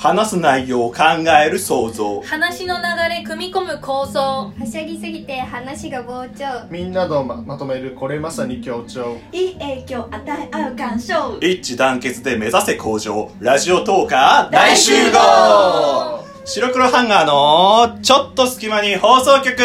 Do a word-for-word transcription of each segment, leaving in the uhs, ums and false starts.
話す内容を考える想像、 話の流れ組み込む構想、 はしゃぎすぎて話が膨張、 みんなの ま, まとめるこれまさに強調、 いい影響与え合う鑑賞、 一致団結で目指せ向上、ラジオトーカー大集合、白黒ハンガーのちょっと隙間に放送局。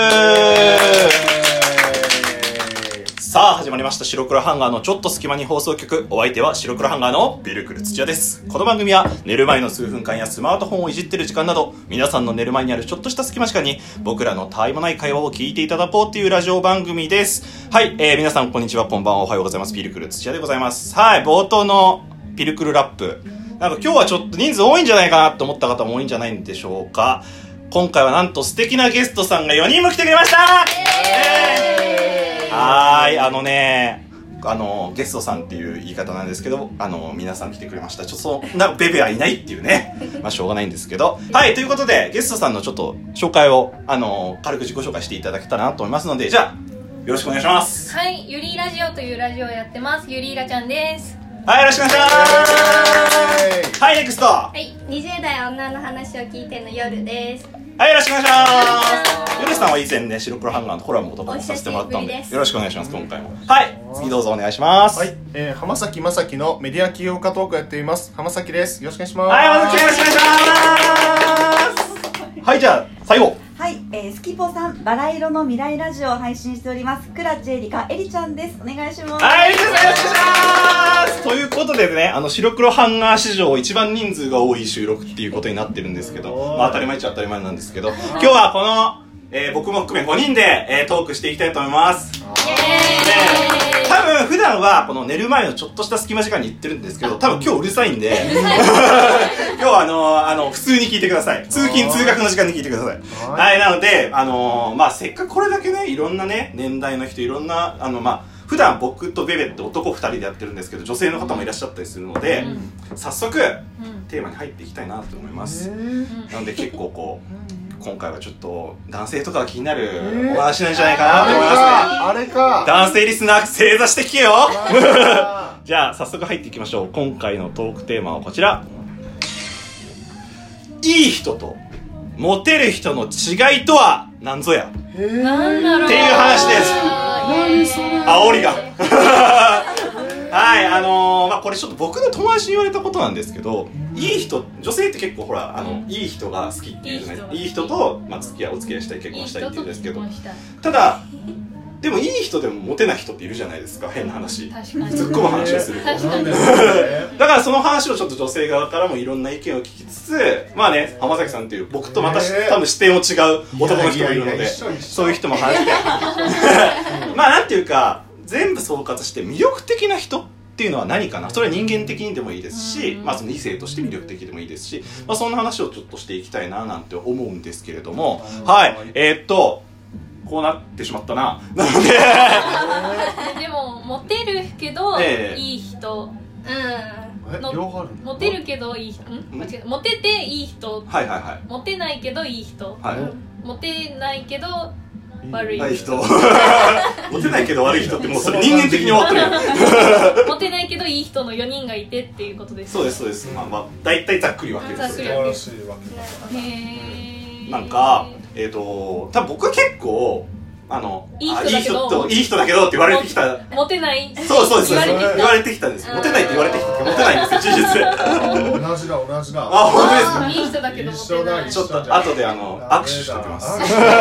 さあ始まりました白黒ハンガーのちょっと隙間に放送局。お相手は白黒ハンガーのビルクル土屋です。この番組は寝る前の数分間やスマートフォンをいじってる時間など、皆さんの寝る前にあるちょっとした隙間時間に僕らのたわいもない会話を聞いていただこうというラジオ番組です。はい、えー、皆さんこんにちは、こんばんは、おはようございます。ビルクル土屋でございます。はい、冒頭のピルクルラップ、なんか今日はちょっと人数多いんじゃないかなと思った方も多いんじゃないんでしょうか。今回はなんと素敵なゲストさんがよにんも来てくれました。はーい、あのね、あのゲストさんっていう言い方なんですけど、あの皆さん来てくれました。ちょっとそなベベはいないっていうね、まあしょうがないんですけど、はい、ということでゲストさんのちょっと紹介をあの軽く自己紹介していただけたらなと思いますので、じゃあよろしくお願いします。 はい、ゆりラジオというラジオをやってますゆりらちゃんです。 はい、よろしくお願いします。はい、ネクスト。 はい、にじゅう代女の話を聞いての夜です。 はい、よろしくお願いします。ヨルさんは以前ね、白黒ハンガーのコラボをとかさせてもらったので、よろしくお願いします。今回も。はい、次どうぞお願いします。 はい、えー、浜崎正樹のメディア起業家トークやっています浜崎です。よろしくお願いします。 はい、浜崎よろしくお願いします。はい、じゃあ最後。 はい、えー、スキポさん、バラ色の未来ラジオを配信しておりますクラチエリカエリちゃんです。お願いします。 はい、エリちゃんよろしくお願いします。ということでね、あの白黒ハンガー史上一番人数が多い収録っていうことになってるんですけど、まあ当たり前っちゃ当たり前なんですけど、今日はこの、えー、僕も含めごにんで、えー、トークしていきたいと思います。 イエーイ。 多分普段はこの寝る前のちょっとした隙間時間に言ってるんですけど、多分今日うるさいんで今日はあのー、あの普通に聞いてください。通勤通学の時間に聞いてください。はい、なのであのー、まあせっかくこれだけね、いろんなね年代の人、いろんなあのまあ普段僕とベベって男ふたりでやってるんですけど、女性の方もいらっしゃったりするので、うん、早速、うん、テーマに入っていきたいなと思います。なので結構こう今回はちょっと男性とかが気になるお話なんじゃないかなと思いますね。 あれか、 男性リスナー正座して聞けよじゃあ早速入っていきましょう。今回のトークテーマはこちら。いい人とモテる人の違いとは何ぞやっていう話です。煽りがはい、あのー、まあこれちょっと僕の友達に言われたことなんですけど、いい人、女性って結構ほらあのいい人が好きっていうじゃない、いい人と、まあ、付き合いお付き合いしたい、結婚したいっていうんですけど、ただでもいい人でもモテない人っているじゃないですか。変な話、突っ込む話をするとだからその話をちょっと女性側からもいろんな意見を聞きつつ、まあね、浜崎さんっていう僕とまた多分視点を違う男の人もいるので、そういう人も話してまあなんていうか、全部総括して魅力的な人っていうのは何かな。それは人間的にでもいいですし、まあその異性として魅力的でもいいですし、まあそんな話をちょっとしていきたいななんて思うんですけれども、はい、えー、っとこうなってしまったな。なのででもモテるけど、えー、いい人、 うん、 の両方あるモテるけどいい人、ん間違えた。モテていい人、 はいはいはい、 モテないけどいい人、 はい、 モテないけど悪い人モテないけど悪い人ってもうそれ人間的に終わってるよモテないけどいい人のよにんがいてっていうことです。 そうですそうです、まあまあ大体ざっくり分けです。 ざっくり分けです。 素晴らしいわけへー。 なんかえっ、ー、と多分僕は結構あのいい人だけどあいい人といい人だけどって言われてきた。 モテない。 そうそうです。 言われてきた。 言われてきたんです。モテないって言われてきたってモテないんですよ、事実。 同じだ同じだ。 あ、本当ですか。 いい人だけどモテない。 ちょっと後であの握手しておきます。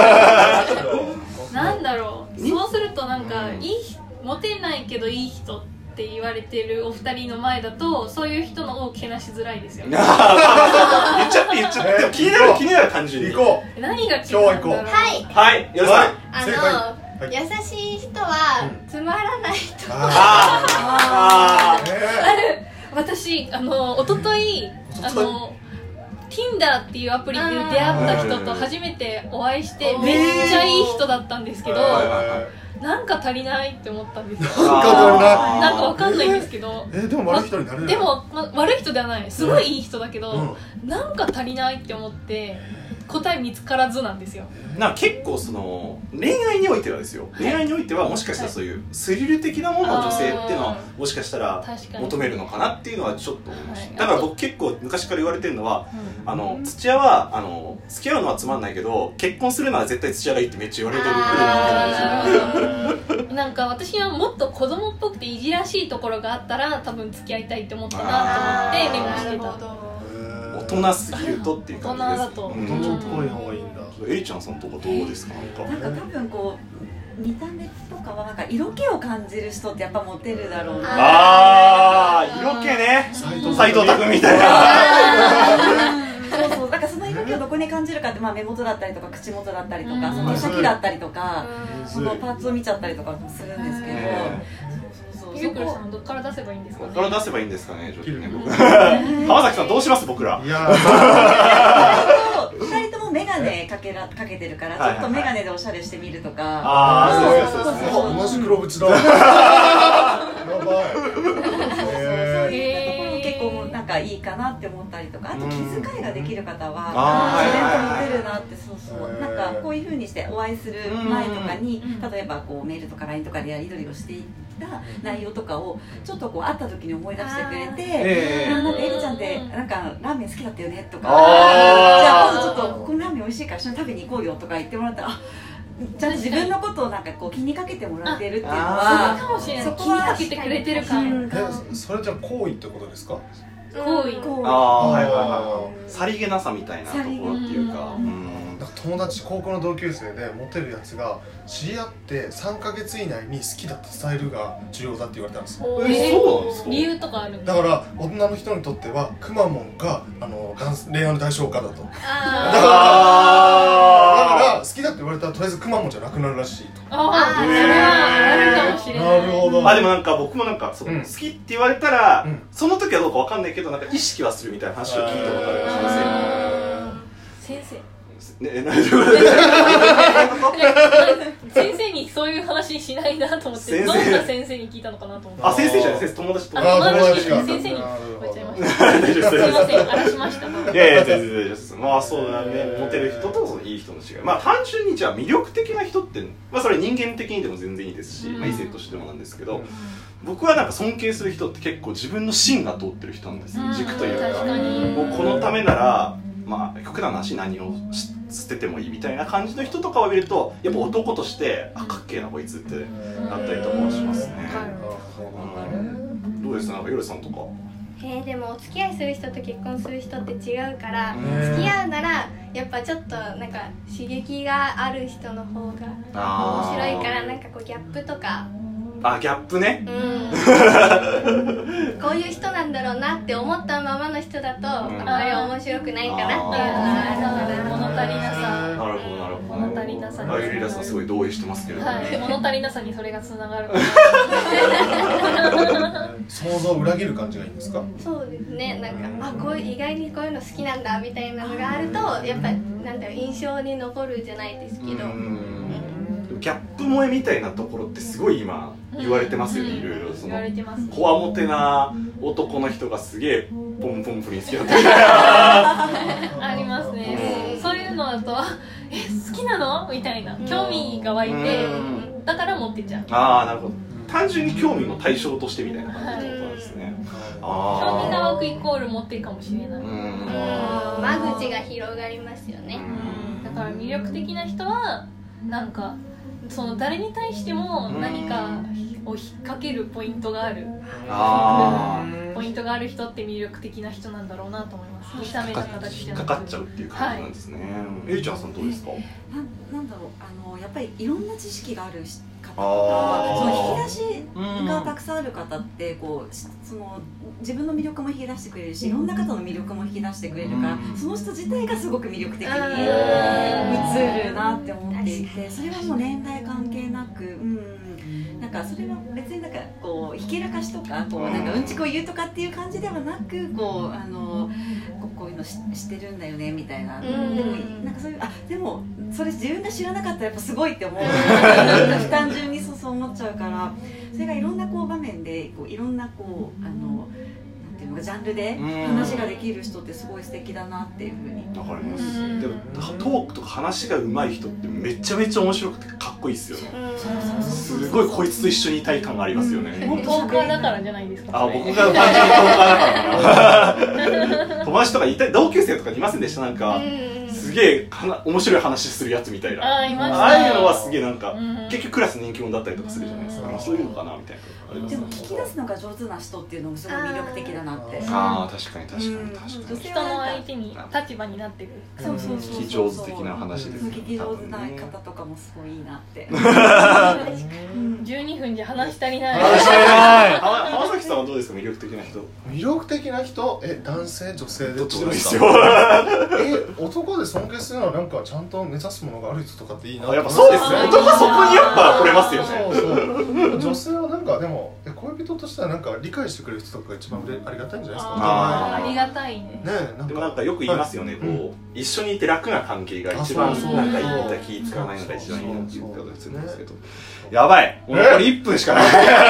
なんだろう、そうするとなんか、うん、いいモテないけどいい人って言われてるお二人の前だと、そういう人のをけなしづらいですよね。言っちゃって言っちゃって、でも気になる気になる感じに。 行こう。何が違うんだろう。 はいはい、よろしく。 あの、はい、優しい人はつまらない人。 ああ、 ある。私あの一昨日あの。Tinder っていうアプリで出会った人と初めてお会いしてめっちゃいい人だったんですけど、なんか足りないって思ったんですよ。 なんか足りない。 なんかわかんないんですけど、 えー、でも悪い人になれない。 でも、ま、悪い人ではない、すごいいい人だけど、うん、なんか足りないって思って、 答え見つからずなんですよ。 なんか結構その恋愛においてはですよ、恋愛においてはもしかしたらそういうスリル的なものを女性っていうのはもしかしたら求めるのかなっていうのはちょっと思いました。だから僕結構昔から言われてるのは、あの土屋はあの付き合うのはつまんないけど結婚するのは絶対土屋がいいってめっちゃ言われてる。 なんか私はもっと子供っぽくていじらしいところがあったら多分付き合いたいって思ったなと思ってメモしてた。 大人すぎるとっていう感じです。 大人だと大人っぽい方がいいんだ。 エリちゃんさんとかどうですか？ なんか多分こう見た目とかはなんか色気を感じる人ってやっぱモテるだろうな。 ああ、色気ね。斎藤拓みたいな。 そうそう、だからその色気をどこに感じるかって、まあ目元だったりとか口元だったりとか、その手先だったりとか、そのパーツを見ちゃったりとかもするんですけど。 ゆうくるさんどっから出せばいいんですかね。 どっから出せばいいんですかね。ちょっとね、僕。浜崎さんどうします僕ら。いや。 二人ともメガネかけらかけてるから、ちょっとメガネでおしゃれしてみるとか。 ああ、そうですそうです。 同じ黒縁だ。やばい。 結構なんかいいかなって思ったりとか、あと気遣いができる方は自然とモテるなって。そうそう、なんかこういう風にしてお会いする前とかに、例えばこうメールとか ライン とかでやり取りをしていった内容とかをちょっとこう会った時に思い出してくれて、なんかエリちゃんってなんかラーメン好きだったよねとか、じゃあ今度ちょっとこのラーメン美味しいから一緒に食べに行こうよとか言ってもらったら、ちゃんと自分のことをなんかこう気にかけてもらってるっていうのは、 そうかもしれない。気にかけてくれてる感。 え、それじゃ好意ってことですか？ 好意。 ああ、はいはいはい。さりげなさみたいなところっていうか。 友達、高校の同級生でモテるやつが知り合ってさんかげつ以内に好きだって伝えるが重要だって言われたんですよ。 え、そうなんですか？ 理由とかあるんですか？だから女の人にとってはくまモンがあの恋愛の代償家だと。だからだから好きだって言われたらとりあえずくまモンじゃなくなるらしいと。 ああ、それはあるかもしれない。 なるほど。 あ、でもなんか僕もなんかそう、うん、好きって言われたら、うん、その時はどうかわかんないけどなんか意識はするみたいな話を聞いたことあるかもしれない。 先生。 ね、大丈夫先生にそういう話しないなと思ってどんな先生に聞いたのかなと思って。 あ、先生じゃないです、友達と。 あ、友達か。先生に聞こえちゃいました。すいません、荒らしました。 いやいや、全然大丈夫です。まあそうだね、モテる人とそのいい人の違い。まあ単純にじゃあ魅力的な人って、まあそれ人間的にでも全然いいですし、まあ異性としてもなんですけど、僕はなんか尊敬する人って結構自分の芯が通ってる人なんですよ。軸というか、もうこのためなら、まあ極端な話何を捨ててもいいみたいな感じの人とかを見るとやっぱ男としてあかっけえなこいつってなったりとかはしますね。どうですか、なんかヨルさんとか。 えー、でもお付き合いする人と結婚する人って違うから付き合うならやっぱちょっとなんか刺激がある人の方が面白いから、なんかこうギャップとか。 あ、ギャップね。 うん、こういう人なんだろうなって思ったままの人だとあまり面白くないかなっていうのがあるから、 物足りなさ。 なるほどなるほど。 物足りなさに。 あ、ゆりらさんすごい同意してますけど、ね。 はい、物足りなさにそれがつながるかな。想像を裏切る感じがいいんですか？ そうですね。なんかあ、こういう意外にこういうの好きなんだみたいなのがあるとやっぱなんだろう、印象に残るじゃないですけど。 ギャップ萌えみたいなところってすごい今言われてますよね、いろいろ。そのこわもてな男の人がすげえポンポンプリン好きだったりありますね。そういうのだとえ、好きなのみたいな興味が湧いて、だから持ってちゃう。 ああ、なるほど。単純に興味の対象としてみたいな感じのことですね。 興味が湧くイコール持っていくかもしれない。 間口が広がりますよね。 だから魅力的な人はなんかその誰に対しても何かを引っ掛けるポイントがあるあポイントがある人って魅力的な人なんだろうなと思います。見た目の形引っかかっちゃうっていう感じなんですね。えりちゃんさんどうですか？ な、なんだろう、あのやっぱりいろんな知識がある方とか、その引き出しがたくさんある方ってこうその自分の魅力も引き出してくれるし、いろんな方の魅力も引き出してくれるから、その人自体がすごく魅力的に映るなって思っていて、それはもう年代関係なく、うん、なんかそれは別になんかこうひけらかしとかこうなんかうんちくを言うとかっていう感じではなく、こうあのこういうの知ってるんだよねみたいな、でもなんかそういうあでもそれ自分が知らなかったらやっぱすごいって思う単純にそうそう思っちゃうから、それがいろんなこう場面でこういろんなこうあのていうのがジャンルで話ができる人ってすごい素敵だなっていうふうにわかります。でもトークとか話が上手い人ってめちゃめちゃ面白くてかっこいいですよね。すごいこいつと一緒にいたい感がありますよね。 トーカーだからじゃないですか。 あ、僕が単純にトーカーだから友達とかいた同級生とかいませんでした？なんかすげえ面白い話するやつみたいな。 あ、いました。 ああいうのはすげえなんか結局クラス人気者だったりとかするじゃないですか。そういうのかなみたいな。 でも聞き出すのが上手な人っていうのもすごい魅力的だなって。 ああ、確かに確かに確かに。 人の相手に立場になってる。 そうそうそう。 聞き上手的な話です。 聞き上手な方とかもすごいいいなって。 じゅうにふんじゃ話し足りない。 話し足りない。浜崎さんはどうですか、魅力的な人？ 魅力的な人、え、男性女性でどっちでもいいですよ。 え、男で尊敬するのはなんかちゃんと目指すものがある人とかっていいな。 やっぱそうですね。男はそこにやっぱ惚れますよね。 そうそう。女性はなんかでも恋人としてはなんか理解してくれる人とかが一番ありがたいんじゃないですか。 あありがたいね。 ね、 でもなんかよく言いますよね。こう一緒にいて楽な関係が一番なんかいいんだ、気使わないのが一番いいなっていうことするんですけど。やばい。もう残りいっぷんしかない。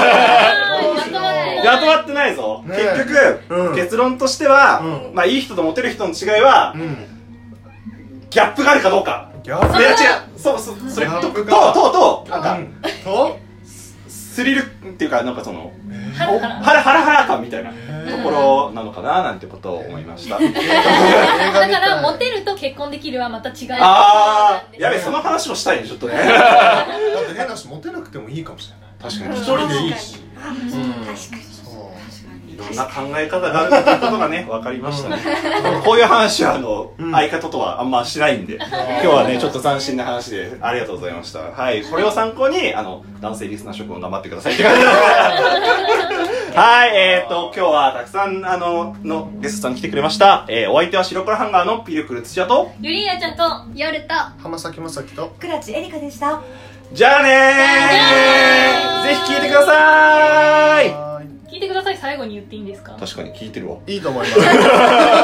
やとまってないぞ。結局結論としては、まあいい人とモテる人の違いはギャップがあるかどうか。 ギャップ？ いや違う。そうそうそれととととなんかとスリルっていうかなんかそのハラハラハラ感みたいなところなのかななんてことを思いました。だからモテると結婚できるはまた違う。 ああ、やべ、その話もしたいねちょっとね。 だって変なしモテなくてもいいかもしれない。 確かに一人でいいし。 確かに。 いろんな考え方があるってことがね分かりましたね。こういう話はあの相方とはあんましないんで、今日はねちょっと斬新な話でありがとうございました。はい、これを参考にあの男性リスナー諸君頑張ってくださいって感じです。はい、えーと今日はたくさんあののゲストさん来てくれました。えー、お相手は白黒ハンガーのピルクル土屋とゆりやちゃんと夜と浜崎まさきと倉地エリカでした。 じゃあねー。ぜひ聞いてください。 聞いてください。最後に言っていいんですか？ 確かに聞いてるわ。 いいと思います。